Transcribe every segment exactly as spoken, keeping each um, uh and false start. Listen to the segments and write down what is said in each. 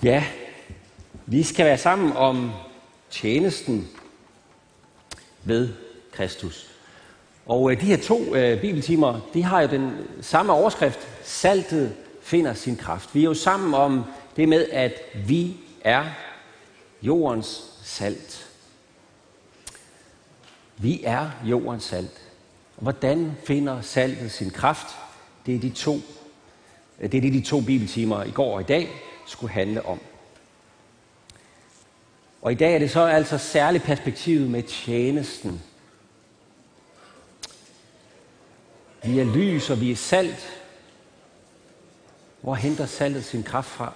Ja, vi skal være sammen om tjenesten ved Kristus. Og øh, de her to øh, bibeltimer, de har jo den samme overskrift, saltet finder sin kraft. Vi er jo sammen om det med, at vi er jordens salt. Vi er jordens salt. Og hvordan finder saltet sin kraft? Det er de to, det er det, de to bibeltimer i går og i dag skulle handle om. Og i dag er det så altså særligt perspektivet med tjenesten. Vi er lys, og vi er salt. Hvor henter saltet sin kraft fra?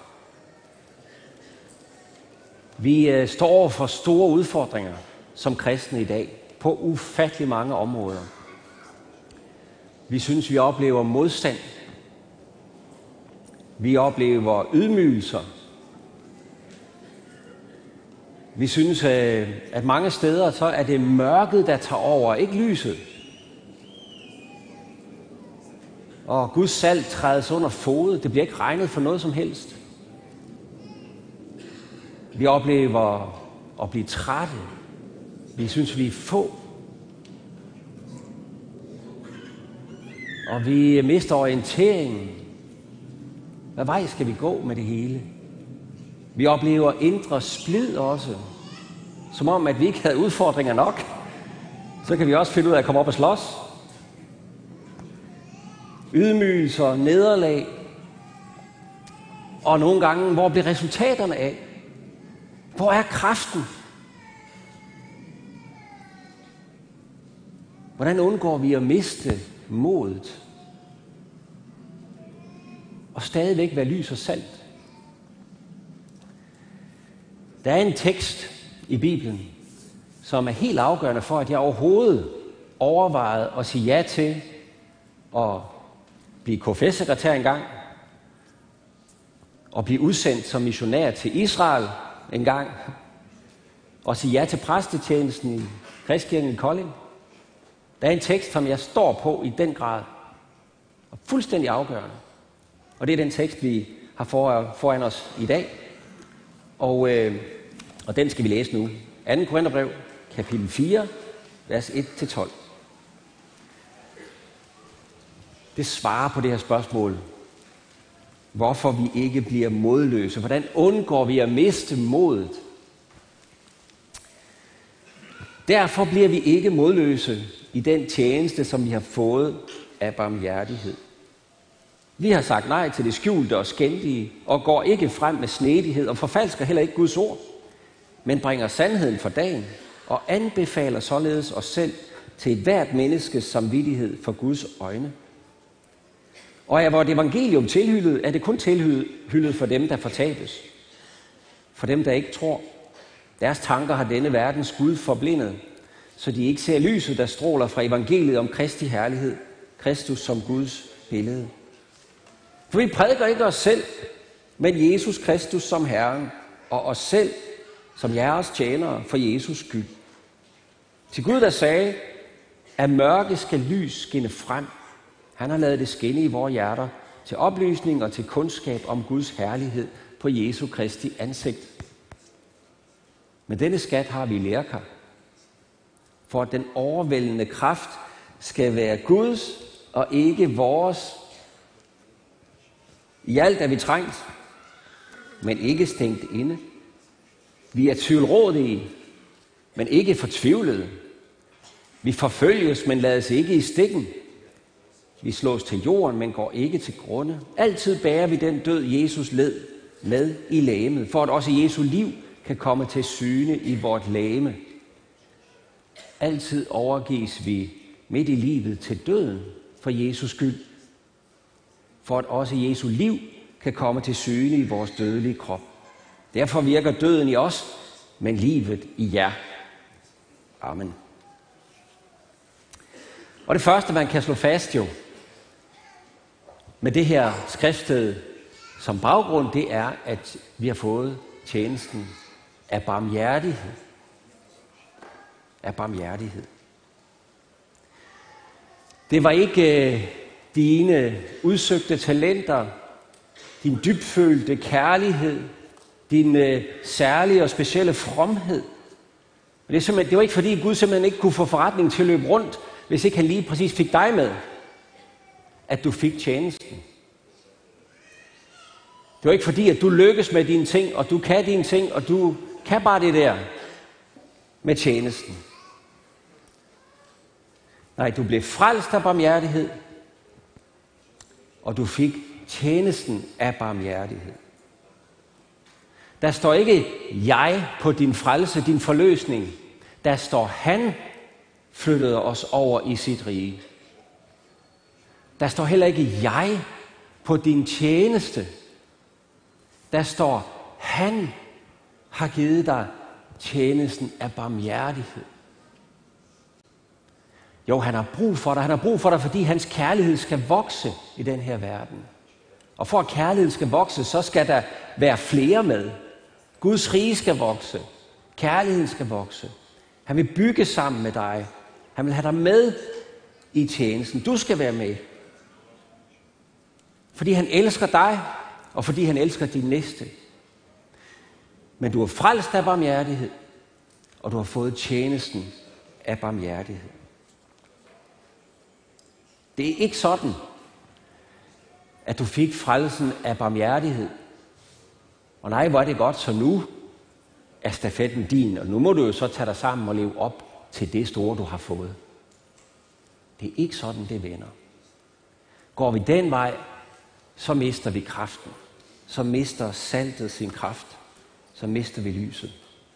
Vi øh, står over for store udfordringer som kristne i dag, på ufattelig mange områder. Vi synes, vi oplever modstand. Vi oplever ydmygelser. Vi synes, at mange steder så er det mørket, der tager over, ikke lyset. Og Guds salt trædes under fode. Det bliver ikke regnet for noget som helst. Vi oplever at blive trætte. Vi synes, vi er få. Og vi mister orienteringen. Hvad vej skal vi gå med det hele? Vi oplever indre splid også. Som om, at vi ikke havde udfordringer nok. Så kan vi også finde ud af at komme op og slås. Ydmygelser, nederlag. Og nogle gange, hvor bliver resultaterne af? Hvor er kraften? Hvordan undgår vi at miste modet? Og stadigvæk være lys og salt. Der er en tekst i Bibelen, som er helt afgørende for, at jeg overhovedet overvejede at sige ja til at blive K F S-sekretær engang, og blive udsendt som missionær til Israel engang, og sige ja til præstetjenesten i Kristkirken i Kolding. Der er en tekst, som jeg står på i den grad, og fuldstændig afgørende. Og det er den tekst, vi har foran os i dag. Og, øh, og den skal vi læse nu. anden Korintherbrev, kapitel fire, vers et til tolv. Det svarer på det her spørgsmål. Hvorfor vi ikke bliver modløse. Hvordan undgår vi at miste modet? Derfor bliver vi ikke modløse i den tjeneste, som vi har fået af barmhjertighed. Vi har sagt nej til det skjulte og skændige, og går ikke frem med snedighed, og forfalsker heller ikke Guds ord, men bringer sandheden for dagen, og anbefaler således os selv til et hvert menneskes samvittighed for Guds øjne. Og er vort evangelium tilhyllet, er det kun tilhyllet for dem, der fortabes. For dem, der ikke tror. Deres tanker har denne verdens Gud forblindet, så de ikke ser lyset, der stråler fra evangeliet om Kristi herlighed, Kristus som Guds billede. For vi prædiker ikke os selv, men Jesus Kristus som Herren, og os selv som jeres tjenere for Jesus skyld. Til Gud, der sagde, at mørke skal lys skinne frem. Han har ladet det skinne i vores hjerter til oplysning og til kundskab om Guds herlighed på Jesu Kristi ansigt. Men denne skat har vi i lærkar, for at den overvældende kraft skal være Guds og ikke vores. I alt er vi trængt, men ikke stængt inde. Vi er tvivlrådige, men ikke fortvivlede. Vi forfølges, men lades ikke i stikken. Vi slås til jorden, men går ikke til grunde. Altid bærer vi den død, Jesus led med i legemet, for at også Jesu liv kan komme til syne i vort legeme. Altid overgives vi midt i livet til døden for Jesus skyld, for at også Jesu liv kan komme til syne i vores dødelige krop. Derfor virker døden i os, men livet i jer. Amen. Og det første, man kan slå fast jo, med det her skriftsted som baggrund, det er, at vi har fået tjenesten af barmhjertighed. Af barmhjertighed. Det var ikke øh, dine udsøgte talenter, din dybfølte kærlighed, din øh, særlige og specielle fromhed. Og det, er simpelthen, det var ikke fordi Gud simpelthen ikke kunne få forretningen til at løbe rundt, hvis ikke han lige præcis fik dig med, at du fik tjenesten. Det var ikke fordi, at du lykkes med dine ting, og du kan dine ting, og du kan bare det der med tjenesten. Nej, du blev frelst af barmhjertighed, og du fik tjenesten af barmhjertighed. Der står ikke jeg på din frelse, din forløsning. Der står han flyttede os over i sit rige. Der står heller ikke jeg på din tjeneste. Der står han har givet dig tjenesten af barmhjertighed. Jo, han har brug for dig. Han har brug for dig, fordi hans kærlighed skal vokse i den her verden. Og for at kærligheden skal vokse, så skal der være flere med. Guds rige skal vokse. Kærligheden skal vokse. Han vil bygge sammen med dig. Han vil have dig med i tjenesten. Du skal være med. Fordi han elsker dig, og fordi han elsker din næste. Men du er frelst af barmhjertighed, og du har fået tjenesten af barmhjertighed. Det er ikke sådan, at du fik frelsen af barmhjertighed. Og nej, hvor er det godt, så nu er stafetten din, og nu må du jo så tage dig sammen og leve op til det store, du har fået. Det er ikke sådan, det vender. Går vi den vej, så mister vi kraften. Så mister saltet sin kraft. Så mister vi lyset.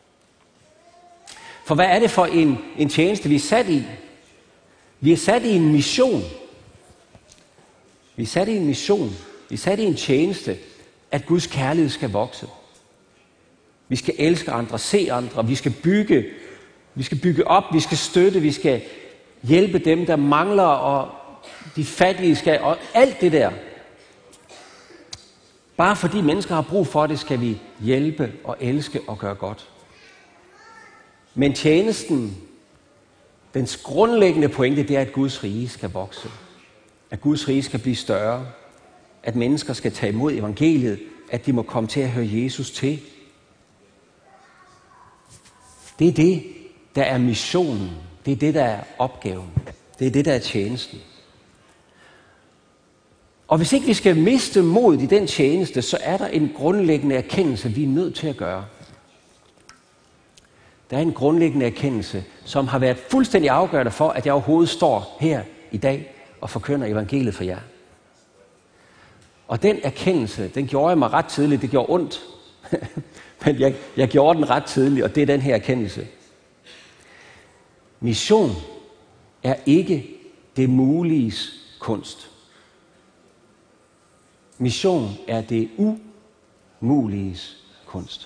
For hvad er det for en, en tjeneste, vi er sat i? Vi er sat i en mission. Vi er sat i en mission. Vi er sat i en tjeneste, at Guds kærlighed skal vokse. Vi skal elske andre, se andre, vi skal bygge, vi skal bygge op, vi skal støtte, vi skal hjælpe dem, der mangler, og de fattige skal, og alt det der. Bare fordi mennesker har brug for det, skal vi hjælpe og elske og gøre godt. Men tjenesten, dens grundlæggende pointe, det er, at Guds rige skal vokse. At Guds rige skal blive større. At mennesker skal tage imod evangeliet. At de må komme til at høre Jesus til. Det er det, der er missionen. Det er det, der er opgaven. Det er det, der er tjenesten. Og hvis ikke vi skal miste mod i den tjeneste, så er der en grundlæggende erkendelse, vi er nødt til at gøre. Der er en grundlæggende erkendelse, som har været fuldstændig afgørende for, at jeg overhovedet står her i dag og forkynder evangeliet for jer. Og den erkendelse, den gjorde jeg mig ret tidligt. Det gjorde ondt, men jeg, jeg gjorde den ret tidligt, og det er den her erkendelse. Mission er ikke det muliges kunst. Mission er det umuliges kunst.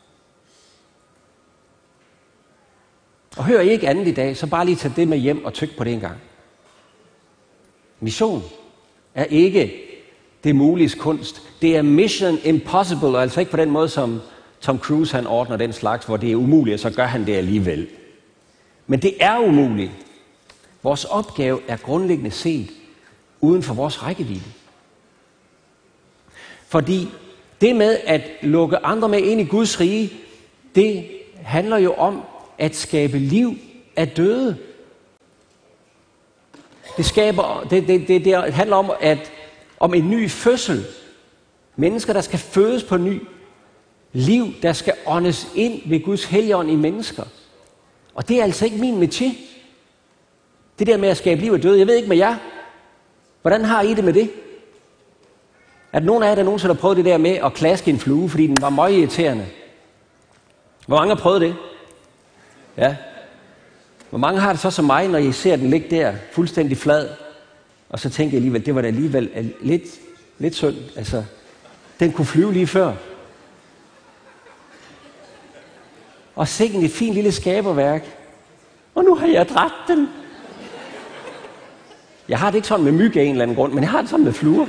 Og hør I ikke andet i dag, så bare lige tag det med hjem og tyk på det en gang. Mission er ikke det muliges kunst. Det er mission impossible, og altså ikke på den måde, som Tom Cruise han ordner den slags, hvor det er umuligt, og så gør han det alligevel. Men det er umuligt. Vores opgave er grundlæggende set uden for vores rækkevidde. Fordi det med at lukke andre med ind i Guds rige, det handler jo om at skabe liv af døde. Det, skaber, det, det, det, det handler om, at, om en ny fødsel. Mennesker, der skal fødes på ny. Liv, der skal åndes ind ved Guds helligånd i mennesker. Og det er altså ikke min metier. Det der med at skabe liv af døde, jeg ved ikke med jer. Hvordan har I det med det? Er der nogen af jer, der nogensinde har prøvet det der med at klaske en flue, fordi den var meget irriterende? Hvor mange har prøvet det? Ja. Hvor mange har det så som mig, når I ser den ligge der, fuldstændig flad, og så tænker jeg alligevel, det var da alligevel lidt, lidt synd. Altså, den kunne flyve lige før. Og sikken et fint lille skaberværk. Og nu har jeg dræbt den. Jeg har det ikke sådan med myg af en eller anden grund, men jeg har det sådan med fluer.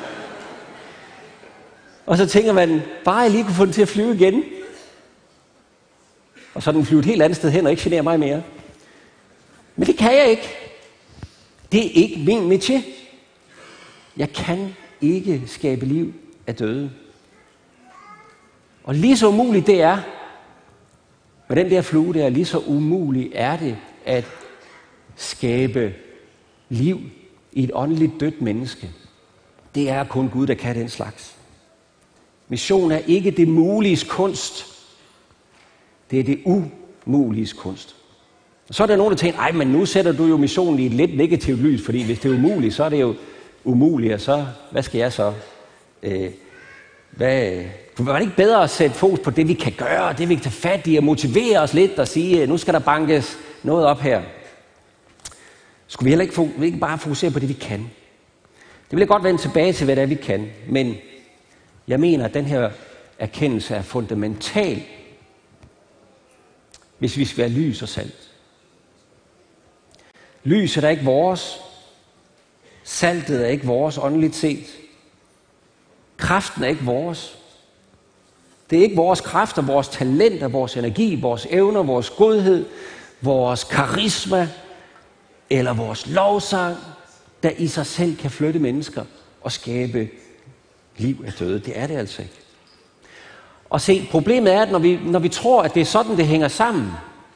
Og så tænker man, bare jeg lige kunne få den til at flyve igen. Og så er den flyvet et helt andet sted hen og ikke generer mig mere. Men det kan jeg ikke. Det er ikke min metier. Jeg kan ikke skabe liv af døde. Og lige så umuligt det er, med den der flue der, lige så umuligt er det at skabe liv i et åndeligt dødt menneske. Det er kun Gud, der kan den slags. Mission er ikke det muliges kunst. Det er det umuliges kunst. Og så er der nogen, der tænker, ej, men nu sætter du jo missionen i et lidt negativt lys, fordi hvis det er umuligt, så er det jo umuligt, og så, hvad skal jeg så? Øh, hvad, var det ikke bedre at sætte fokus på det, vi kan gøre, det vi kan tage fat i, og motivere os lidt og sige, nu skal der bankes noget op her. Skulle vi heller ikke, vi ikke bare fokusere på det, vi kan? Det vil jeg godt vende tilbage til, hvad det er, vi kan, men jeg mener, at den her erkendelse er fundamental, hvis vi skal være lys og salt. Lyset er ikke vores. Saltet er ikke vores åndeligt set. Kraften er ikke vores. Det er ikke vores kræfter, vores talenter, vores energi, vores evner, vores godhed, vores karisma eller vores lovsang, der i sig selv kan flytte mennesker og skabe liv af døde. Det er det altså ikke. Og se, problemet er, at når vi, når vi tror, at det er sådan, det hænger sammen,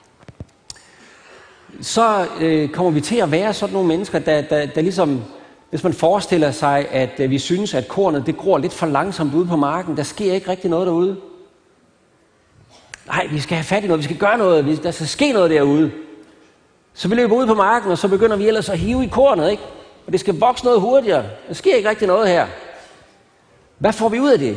så øh, kommer vi til at være sådan nogle mennesker, der, der, der ligesom, hvis man forestiller sig, at øh, vi synes, at kornet det gror lidt for langsomt ude på marken, der sker ikke rigtig noget derude. Nej, vi skal have fat i noget, vi skal gøre noget, der skal ske noget derude. Så vi løber ud på marken, og så begynder vi ellers at hive i kornet, ikke? Og det skal vokse noget hurtigere. Der sker ikke rigtig noget her. Hvad får vi ud af det?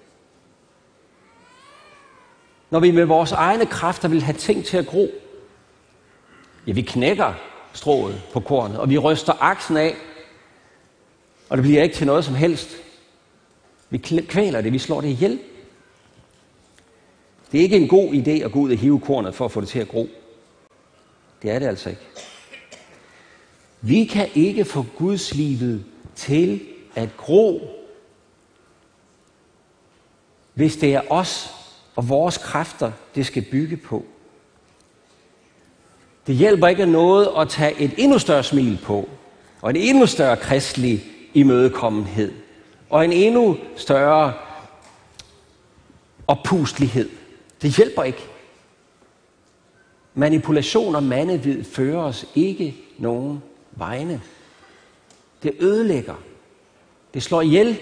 Når vi med vores egne kræfter vil have ting til at gro. Ja, vi knækker strået på kornet, og vi ryster aksen af, og det bliver ikke til noget som helst. Vi kvæler det, vi slår det ihjel. Det er ikke en god idé at gå ud og hive kornet for at få det til at gro. Det er det altså ikke. Vi kan ikke få Guds livet til at gro, hvis det er os og vores kræfter, det skal bygge på. Det hjælper ikke noget at tage et endnu større smil på, og en endnu større kristelig imødekommenhed, og en endnu større oppustelighed. Det hjælper ikke. Manipulation og mandevid fører os ikke nogen vegne. Det ødelægger. Det slår ihjel.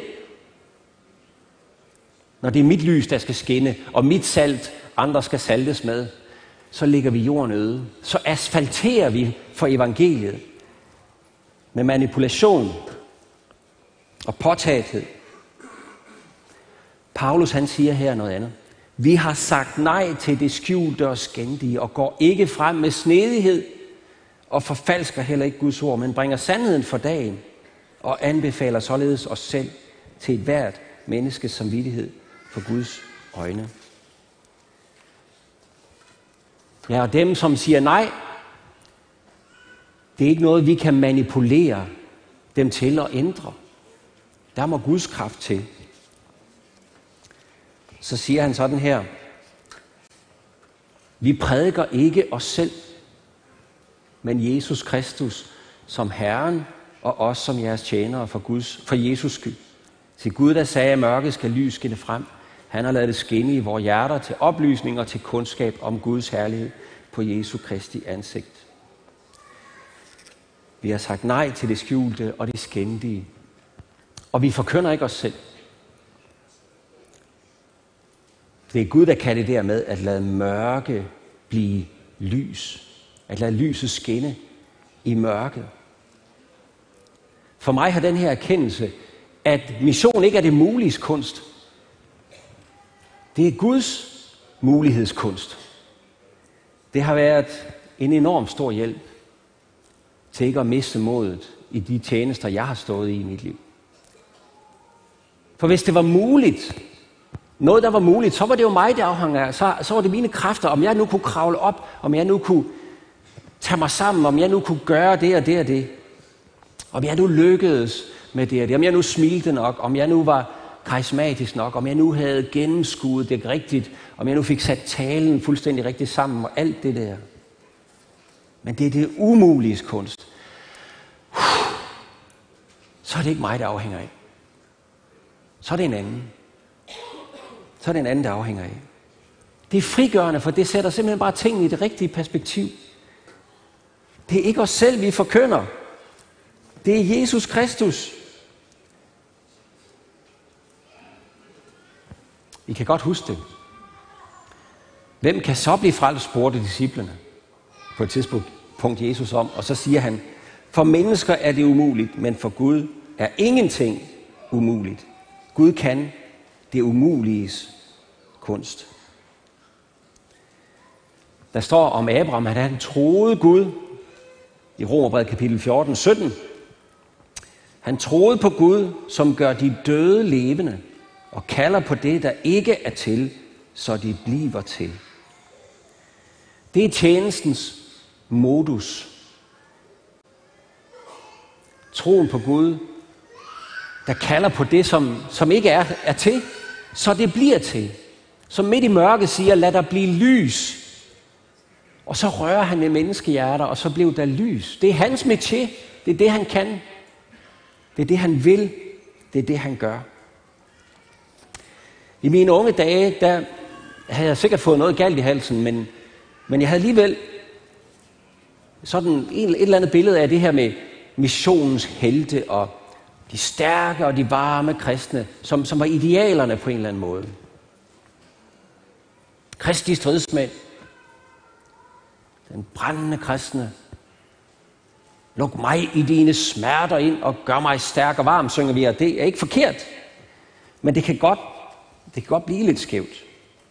Når det er mit lys, der skal skinne, og mit salt, andre skal saltes med, så ligger vi jorden øde. Så asfalterer vi for evangeliet med manipulation og påtagethed. Paulus han siger her noget andet. Vi har sagt nej til det skjulte og skændige, og går ikke frem med snedighed, og forfalsker heller ikke Guds ord, men bringer sandheden for dagen, og anbefaler således os selv til et hvert menneskes samvittighed for Guds øjne. Ja, og dem, som siger nej, det er ikke noget, vi kan manipulere dem til at ændre. Der må Guds kraft til. Så siger han sådan her. Vi prædiker ikke os selv, men Jesus Kristus som Herren og os som jeres tjenere for, Guds, for Jesus skyld. Til Gud, der sagde, at mørket skal lys skinne frem. Han har ladet det skinne i vores hjerter til oplysning og til kundskab om Guds herlighed på Jesu Kristi ansigt. Vi har sagt nej til det skjulte og det skændige. Og vi forkynder ikke os selv. Det er Gud, der kan det der med at lade mørke blive lys. At lade lyset skinne i mørket. For mig har den her erkendelse, at mission ikke er det muliges kunst. Det er Guds mulighedskunst. Det har været en enorm stor hjælp til ikke at miste modet i de tjenester, jeg har stået i i mit liv. For hvis det var muligt, noget der var muligt, så var det jo mig, der afhang af. Så, så var det mine kræfter, om jeg nu kunne kravle op, om jeg nu kunne tage mig sammen, om jeg nu kunne gøre det og det og det. Om jeg nu lykkedes med det og det, om jeg nu smilte nok, om jeg nu var karismatisk nok, om jeg nu havde gennemskuet det rigtigt, om jeg nu fik sat talen fuldstændig rigtigt sammen og alt det der. Men det er det umulige kunst. Så er det ikke mig, der afhænger af. Så er det en anden. så er det en anden, der afhænger af. Det er frigørende, for det sætter simpelthen bare tingene i det rigtige perspektiv. Det er ikke os selv, vi forkynder. Det er Jesus Kristus. I kan godt huske det. Hvem kan så blive frelst, spurgte disciplene på et tidspunkt Jesus om. Og så siger han, for mennesker er det umuligt, men for Gud er ingenting umuligt. Gud kan det umuliges kunst. Der står om Abraham, at han troede Gud i Romerbrevet kapitel fjorten sytten. Han troede på Gud, som gør de døde levende, og kalder på det, der ikke er til, så de bliver til. Det er tjenestens modus. Troen på Gud, der kalder på det, som, som ikke er, er til, så det bliver til. Som midt i mørket siger, lad der blive lys. Og så rører han ved menneskehjerter, og så blev der lys. Det er hans métier. Det er det, han kan. Det er det, han vil. Det er det, han gør. I mine unge dage, der havde jeg sikkert fået noget galt i halsen, men, men jeg havde alligevel sådan et, et eller andet billede af det her med missionens helte og de stærke og de varme kristne, som, som var idealerne på en eller anden måde. Kristi stridsmænd. Den brændende kristne. Luk mig i dine smerter ind og gør mig stærk og varm, synger vi, og det er ikke forkert. Men det kan godt, det kan godt blive lidt skævt.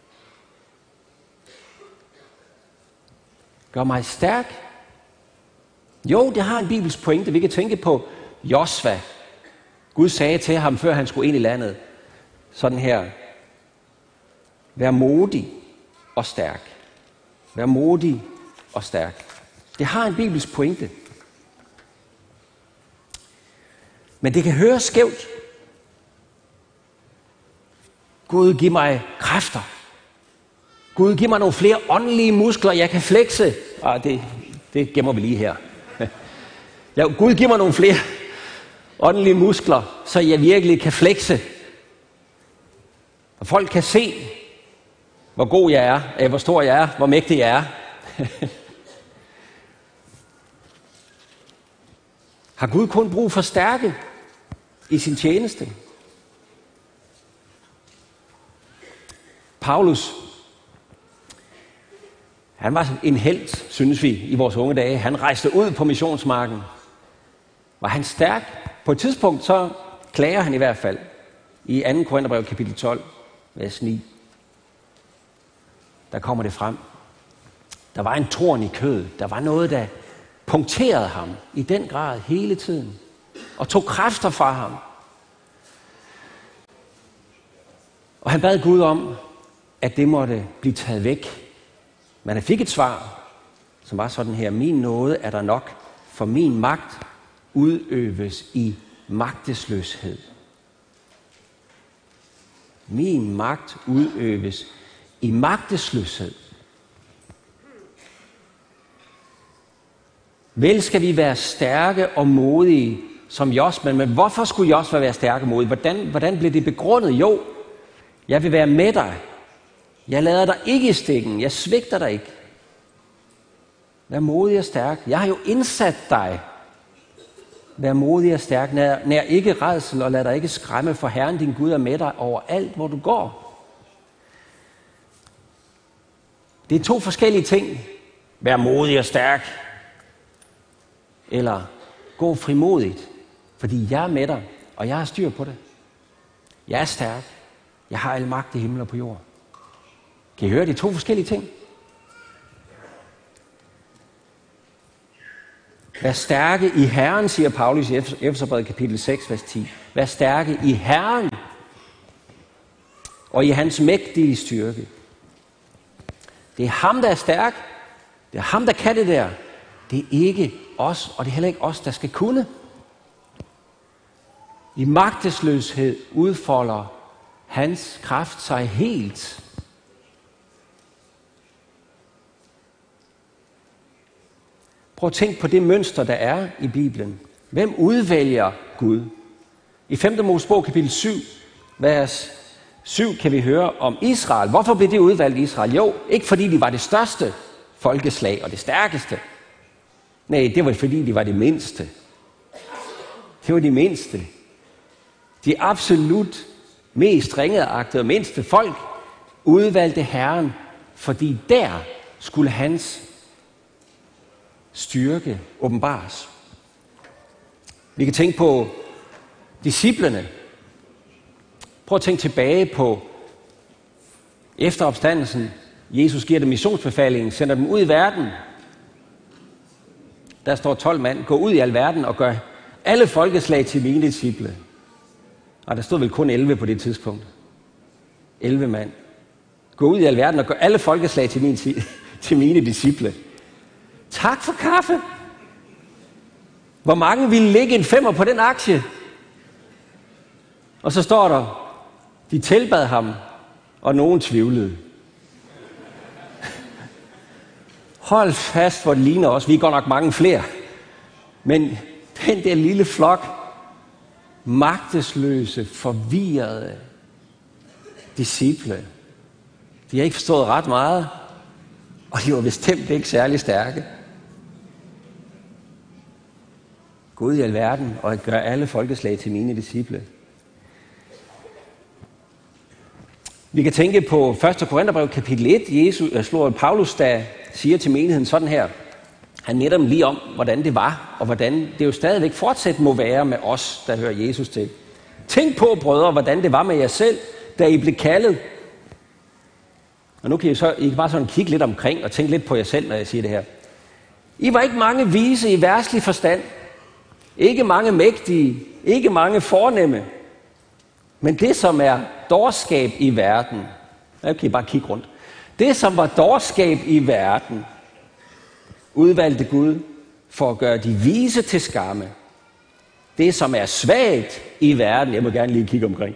Gør mig stærk. Jo, det har en bibelsk pointe. Vi kan tænke på Josva. Gud sagde til ham, før han skulle ind i landet, sådan her. Vær modig og stærk. Vær modig og stærk. Det har en bibelsk pointe. Men det kan høres skævt. Gud, giv mig kræfter. Gud, giv mig nogle flere åndelige muskler, jeg kan flekse. Ah, det, det gemmer vi lige her. Ja, Gud, giv mig nogle flere åndelige muskler, så jeg virkelig kan flekse. Og folk kan se, hvor god jeg er, hvor stor jeg er, hvor mægtig jeg er. Har Gud kun brug for stærke i sin tjeneste? Paulus, han var en helt, synes vi, i vores unge dage. Han rejste ud på missionsmarken. Var han stærk? På et tidspunkt så klager han i hvert fald i anden Korintherbrev kapitel tolv, vers ni. Der kommer det frem. Der var en torn i kødet. Der var noget, der punkterede ham i den grad hele tiden. Og tog kræfter fra ham. Og han bad Gud om, at det måtte blive taget væk. Men han fik et svar, som var sådan her. Min nåde er der nok, for min magt udøves i magtesløshed. Min magt udøves i magtesløshed. Vel skal vi være stærke og modige som Josva, men hvorfor skulle Josva være stærke og modige? Hvordan, hvordan blev det begrundet? Jo, jeg vil være med dig. Jeg lader dig ikke i stikken. Jeg svigter dig ikke. Vær modig og stærk. Jeg har jo indsat dig. Vær modig og stærk. Nær, nær ikke rædsel, og lad dig ikke skræmme, for Herren din Gud er med dig overalt, hvor du går. Det er to forskellige ting. Vær modig og stærk. Eller gå frimodigt, fordi jeg er med dig, og jeg har styr på det. Jeg er stærk. Jeg har al magt i himmel og på jord. Kan I høre, de to forskellige ting? Vær stærke i Herren, siger Paulus i Efeserbrevet kapitel seks, vers ti. Vær stærke i Herren og i hans mægtige styrke. Det er ham, der er stærk. Det er ham, der kan det der. Det er ikke os, og det er heller ikke os, der skal kunne. I magtesløshed udfolder hans kraft sig helt. Prøv at tænke på det mønster, der er i Bibelen. Hvem udvælger Gud? I femte Mosebog kapitel syv, vers syv kan vi høre om Israel. Hvorfor blev det udvalgt Israel? Jo, ikke fordi de var det største folkeslag og det stærkeste. Nej, det var fordi de var det mindste. Det var de mindste. De absolut mest ringeagtede og mindste folk udvalgte Herren, fordi der skulle hans styrke åbenbares. Vi kan tænke på disciplene. Prøv at tænke tilbage på efter opstandelsen. Jesus giver dem missionsbefalingen, sender dem ud i verden. Der står tolv mand, gå ud i al verden og gør alle folkeslag til mine disciple. Og der stod vel kun elleve på det tidspunkt. elleve mand. Gå ud i al verden og gør alle folkeslag til mine, til mine disciple. Tak for kaffe. Hvor mange ville lægge en femmer på den aktie? Og så står der, de tilbad ham, og nogen tvivlede. Hold fast, hvor det ligner os. Vi er godt nok mange flere. Men den der lille flok, magtesløse, forvirrede disciple, de har ikke forstået ret meget, og de var bestemt ikke særlig stærke. Gå ud i alverden og gør alle folkeslag til mine disciple. Vi kan tænke på første Korintherbrev kapitel et. Jesus slår Paulus, der siger til menigheden sådan her. Han netter dem lige om, hvordan det var, og hvordan det jo stadigvæk fortsat må være med os, der hører Jesus til. Tænk på, brødre, hvordan det var med jer selv, da I blev kaldet. Og nu kan I, så, I kan bare sådan kigge lidt omkring og tænke lidt på jer selv, når jeg siger det her. I var ikke mange vise i verdslig forstand. Ikke mange mægtige. Ikke mange fornemme. Men det, som er dårskab i verden, jeg kan I bare kigge rundt. Det, som var dårskab i verden, udvalgte Gud for at gøre de vise til skamme. Det, som er svagt i verden, jeg må gerne lige kigge omkring.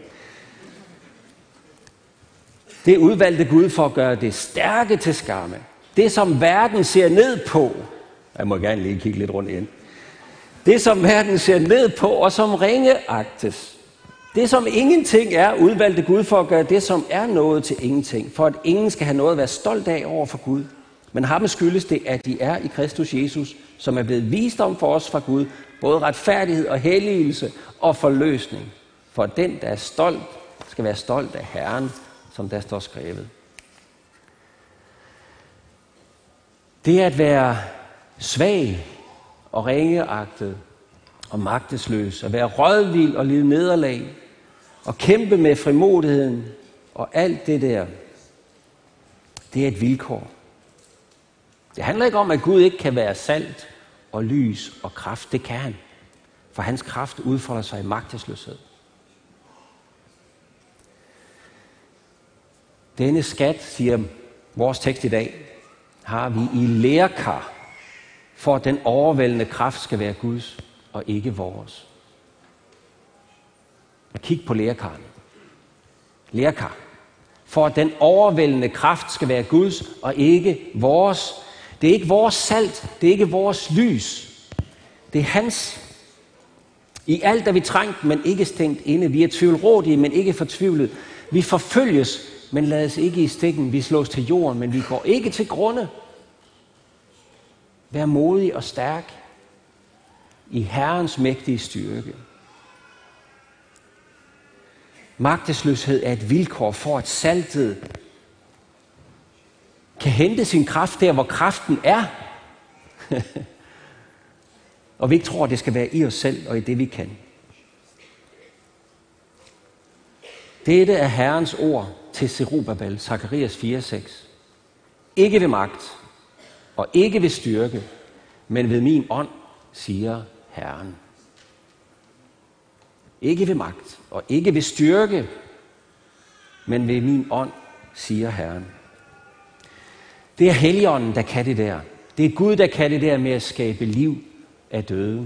Det udvalgte Gud for at gøre det stærke til skamme. Det, som verden ser ned på, jeg må gerne lige kigge lidt rundt igen. Det, som verden ser ned på, og som ringeagtes. Det, som ingenting er, udvalgte Gud for at gøre det, som er noget til ingenting. For at ingen skal have noget at være stolt af over for Gud. Men ham skyldes det, at de er i Kristus Jesus, som er blevet visdom for os fra Gud. Både retfærdighed og helligelse og forløsning. For den, der er stolt, skal være stolt af Herren, som der står skrevet. Det at være svag og ringeagtet og magtesløs, at være rådvild og lide nederlag, og kæmpe med frimodigheden og alt det der, det er et vilkår. Det handler ikke om, at Gud ikke kan være salt og lys og kraft. Det kan han. For hans kraft udfolder sig i magtesløshed. Denne skat, siger vores tekst i dag, har vi i lerkar, for at den overvældende kraft skal være Guds og ikke vores. Kig på lerkarne. Lerkar. For at den overvældende kraft skal være Guds og ikke vores. Det er ikke vores salt, det er ikke vores lys. Det er hans. I alt er vi trængt, men ikke stængt inde. Vi er tvivlrådige, men ikke fortvivlet. Vi forfølges, men lades ikke i stikken. Vi slås til jorden, men vi går ikke til grunde. Vær modig og stærk i Herrens mægtige styrke. Magtesløshed er et vilkår for, at saltet kan hente sin kraft der, hvor kraften er. Og vi ikke tror, at det skal være i os selv og i det, vi kan. Dette er Herrens ord til Zerubabel, Zakarias fire seks. Ikke ved magt og ikke ved styrke, men ved min ånd, siger Herren. Ikke ved magt og ikke ved styrke, men ved min ånd, siger Herren. Det er Helligånden, der kan det der. Det er Gud, der kan det der med at skabe liv af døde.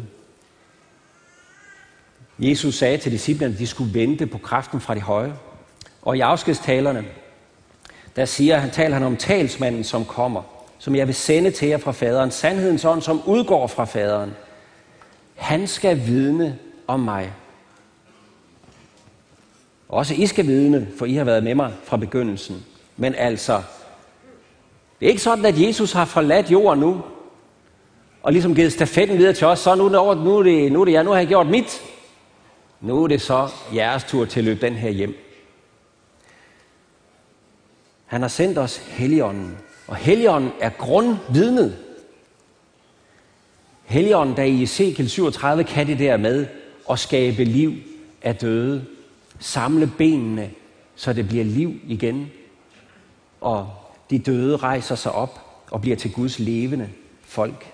Jesus sagde til disciplerne, at de skulle vente på kraften fra de høje. Og i afskedstalerne, der siger han, taler han om talsmanden, som kommer, som jeg vil sende til jer fra faderen, sandhedens ånd, som udgår fra faderen. Han skal vidne om mig. Også I skal vidne, for I har været med mig fra begyndelsen. Men altså, det er ikke sådan, at Jesus har forladt jorden nu, og ligesom givet stafetten videre til os, så nu, nu, er det, nu er det jeg, nu har jeg gjort mit. Nu er det så jeres tur til at løbe den her hjem. Han har sendt os Helligånden, og Helligånden er grundvidnet. Helligånden, der i Ezekiel syvogtredive kan det der med at skabe liv af døde, samle benene, så det bliver liv igen, og de døde rejser sig op og bliver til Guds levende folk.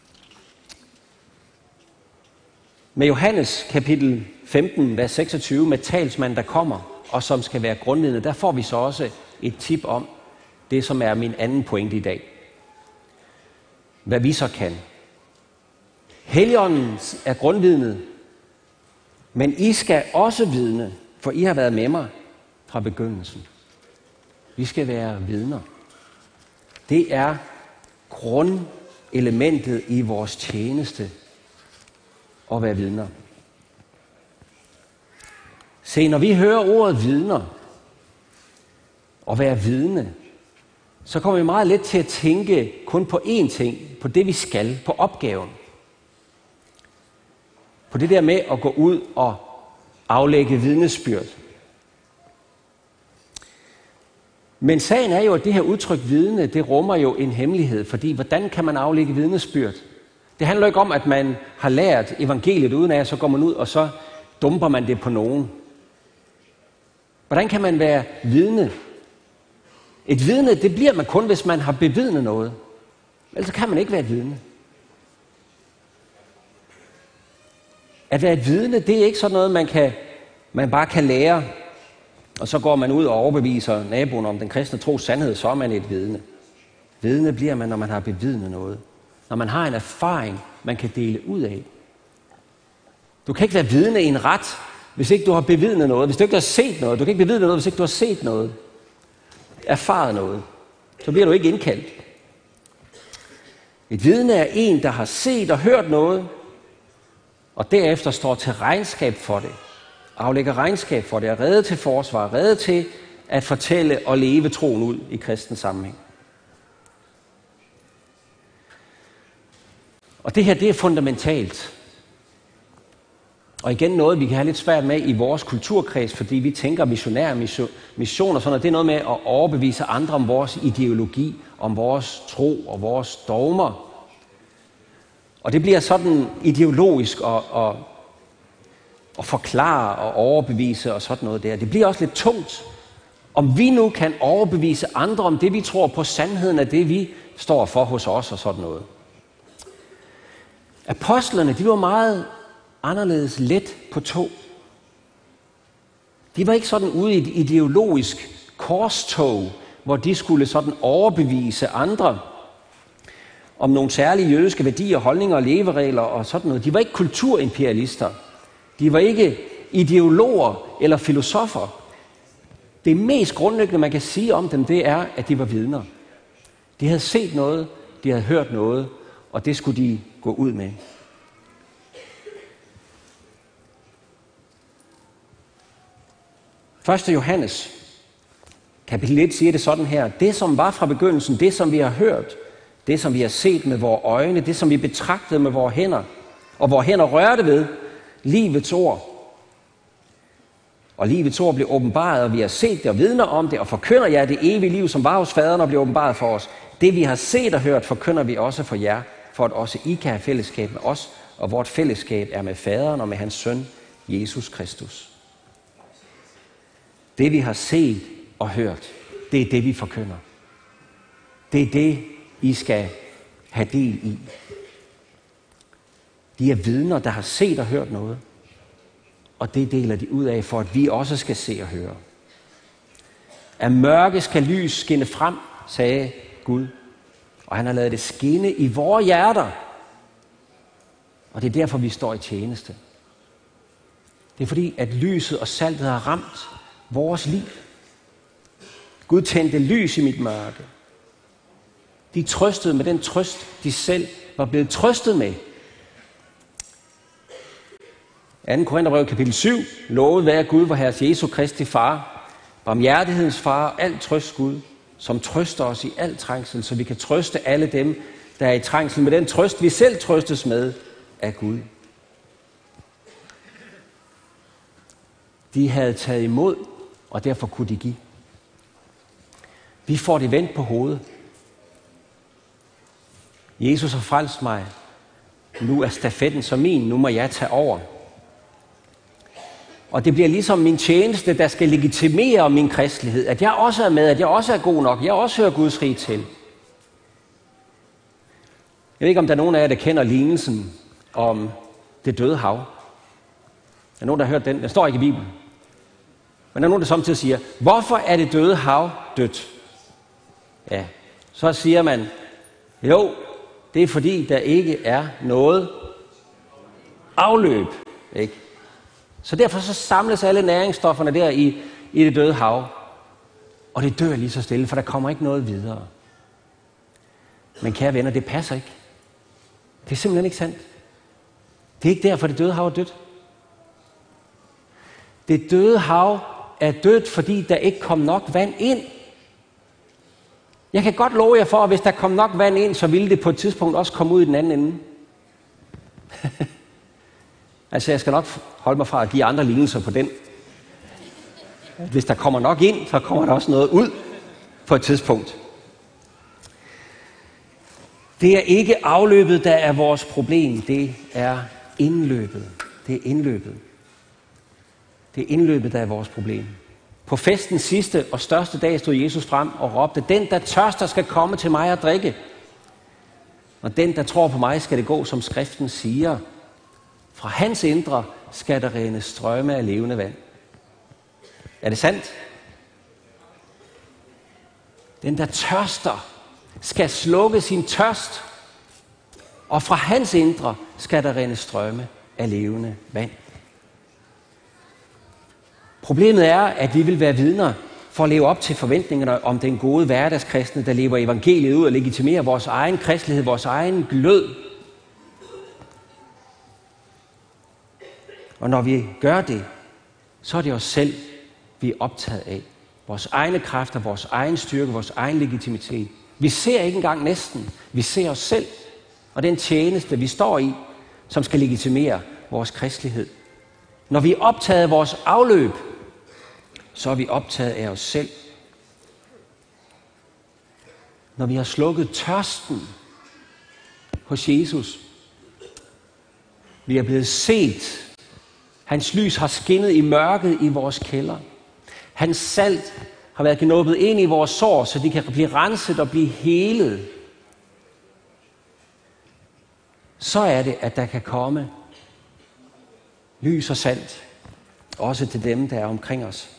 Med Johannes kapitel femten, vers seksogtyve, med talsmand, der kommer, og som skal være grundvidne, der får vi så også et tip om det, som er min anden pointe i dag. Hvad vi så kan. Helligånden er grundvidnet, men I skal også vidne, for I har været med mig fra begyndelsen. Vi skal være vidner. Det er grundelementet i vores tjeneste at være vidner. Se, når vi hører ordet vidner og være vidne, så kommer vi meget let til at tænke kun på én ting, på det vi skal, på opgaven. På det der med at gå ud og aflægge vidnesbyrd. Men sagen er jo, at det her udtryk vidne, det rummer jo en hemmelighed, fordi hvordan kan man aflægge vidnesbyrd? Det handler ikke om, at man har lært evangeliet uden af, så går man ud, og så dumper man det på nogen. Hvordan kan man være vidne? Et vidne, det bliver man kun, hvis man har bevidnet noget. Ellers kan man ikke være et vidne. At være et vidne, det er ikke sådan noget, man, kan, man bare kan lære, og så går man ud og overbeviser naboen om den kristne tros sandhed, så er man et vidne. Vidne bliver man, når man har bevidnet noget. Når man har en erfaring, man kan dele ud af. Du kan ikke være vidne i en ret, hvis ikke du har bevidnet noget. Hvis du ikke har set noget. Du kan ikke bevidne noget, hvis ikke du har set noget. Erfaret noget. Så bliver du ikke indkaldt. Et vidne er en, der har set og hørt noget, og derefter står til regnskab for det. Aflægger regnskab for det. Er rede til forsvar. Rede til at fortælle og leve troen ud i kristens sammenhæng. Og det her, det er fundamentalt. Og igen noget, vi kan have lidt svært med i vores kulturkreds, fordi vi tænker missionær, mission og sådan noget. Det er noget med at overbevise andre om vores ideologi, om vores tro og vores dogmer. Og det bliver sådan ideologisk at, at, at forklare og overbevise og sådan noget der. Det bliver også lidt tungt, om vi nu kan overbevise andre om det, vi tror på, sandheden af det, vi står for hos os og sådan noget. Apostlerne, de var meget anderledes let på tå. De var ikke sådan ude i et ideologisk korstog, hvor de skulle sådan overbevise andre om nogle særlige jødiske værdier, holdninger og leveregler og sådan noget. De var ikke kulturimperialister. De var ikke ideologer eller filosofer. Det mest grundlæggende, man kan sige om dem, det er, at de var vidner. De havde set noget, de havde hørt noget, og det skulle de gå ud med. første Johannes, kapitel et, siger det sådan her. Det, som var fra begyndelsen, det, som vi har hørt, det, som vi har set med vores øjne, det, som vi betragtede med vores hænder, og vores hænder rørte ved, livets ord. Og livets ord blev åbenbaret, og vi har set det og vidner om det, og forkynder jer det evige liv, som var hos faderen og blev åbenbaret for os. Det, vi har set og hørt, forkynder vi også for jer, for at også I kan have fællesskab med os, og vort fællesskab er med faderen og med hans søn, Jesus Kristus. Det, vi har set og hørt, det er det, vi forkynder. Det er det, I skal have del i. De er vidner, der har set og hørt noget, og det deler de ud af, for at vi også skal se og høre. Af mørke skal lys skinne frem, sagde Gud, og han har ladet det skinne i vores hjerter. Og det er derfor, vi står i tjeneste. Det er fordi, at lyset og saltet har ramt vores liv. Gud tændte lys i mit mørke. De trøstede med den trøst, de selv var blevet trøstet med. anden Korintherbrev kapitel syv, lovet være Gud, vor Herres Jesu Kristi far, barmhjertighedens far, alt trøst Gud, som trøster os i al trængsel, så vi kan trøste alle dem, der er i trængsel med den trøst, vi selv trøstes med af Gud. De havde taget imod, og derfor kunne de give. Vi får det vendt på hovedet. Jesus har frelst mig. Nu er stafetten så min. Nu må jeg tage over. Og det bliver ligesom min tjeneste, der skal legitimere min kristelighed. At jeg også er med, at jeg også er god nok. Jeg også hører Guds rige til. Jeg ved ikke, om der er nogen af jer, der kender lignelsen om det døde hav. Der er nogen, der har hørt den. Den står ikke i Bibelen. Men der er nogen, der samtidig siger, hvorfor er det døde hav dødt? Ja, så siger man, jo, det er fordi, der ikke er noget afløb. Ikke? Så derfor så samles alle næringsstofferne der i, i det døde hav. Og det dør lige så stille, for der kommer ikke noget videre. Men kære venner, det passer ikke. Det er simpelthen ikke sandt. Det er ikke derfor, det døde hav er dødt. Det døde hav er dødt, fordi der ikke kom nok vand ind. Jeg kan godt love jer for, at hvis der kom nok vand ind, så ville det på et tidspunkt også komme ud i den anden ende. Altså, jeg skal nok holde mig fra at give andre lignelser på den. Hvis der kommer nok ind, så kommer der også noget ud på et tidspunkt. Det er ikke afløbet, der er vores problem. Det er indløbet. Det er indløbet. Det er indløbet, der er vores problem. På festens sidste og største dag stod Jesus frem og råbte, den, der tørster, skal komme til mig og drikke. Og den, der tror på mig, skal det gå, som skriften siger. Fra hans indre skal der rene strømme af levende vand. Er det sandt? Den, der tørster, skal slukke sin tørst. Og fra hans indre skal der rene strømme af levende vand. Problemet er, at vi vil være vidner for at leve op til forventningerne om den gode hverdagskristne, der lever evangeliet ud og legitimerer vores egen kristelighed, vores egen glød. Og når vi gør det, så er det os selv, vi er optaget af. Vores egne kræfter, vores egen styrke, vores egen legitimitet. Vi ser ikke engang næsten. Vi ser os selv og den tjeneste, vi står i, som skal legitimere vores kristelighed. Når vi er optaget af vores afløb, så er vi optaget af os selv. Når vi har slukket tørsten hos Jesus, vi er blevet set. Hans lys har skinnet i mørket i vores kælder. Hans salt har været knuppet ind i vores sår, så de kan blive renset og blive helet. Så er det, at der kan komme lys og salt, også til dem, der er omkring os.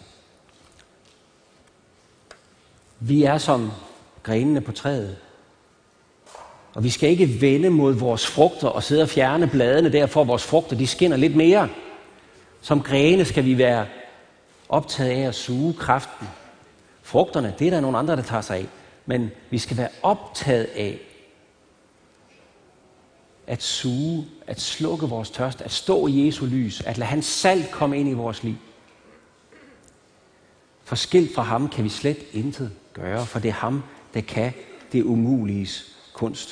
Vi er som grenene på træet, og vi skal ikke vende mod vores frugter og sidde og fjerne bladene der, for vores frugter de skinner lidt mere. Som grene skal vi være optaget af at suge kraften. Frugterne, det er der nogle andre, der tager sig af, men vi skal være optaget af at suge, at slukke vores tørst, at stå i Jesu lys, at lade hans salt komme ind i vores liv. For skilt fra ham kan vi slet intet gøre, for det er ham, der kan det umuliges kunst.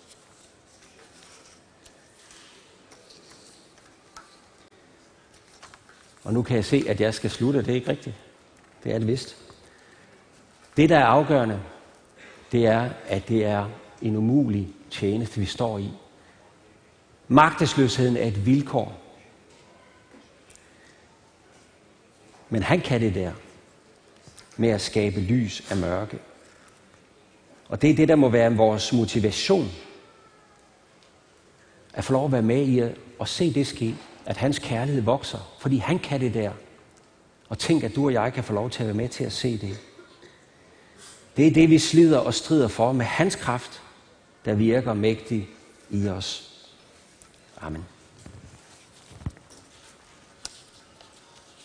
Og nu kan jeg se, at jeg skal slutte. Det er ikke rigtigt. Det er det vist. Det, der er afgørende, det er, at det er en umulig tjeneste, vi står i. Magtesløsheden er et vilkår. Men han kan det der med at skabe lys af mørke. Og det er det, der må være vores motivation. At få lov at være med i at, at se det ske. At hans kærlighed vokser. Fordi han kan det der. Og tænk, at du og jeg kan få lov til at være med til at se det. Det er det, vi slider og strider for med hans kraft, der virker mægtig i os. Amen.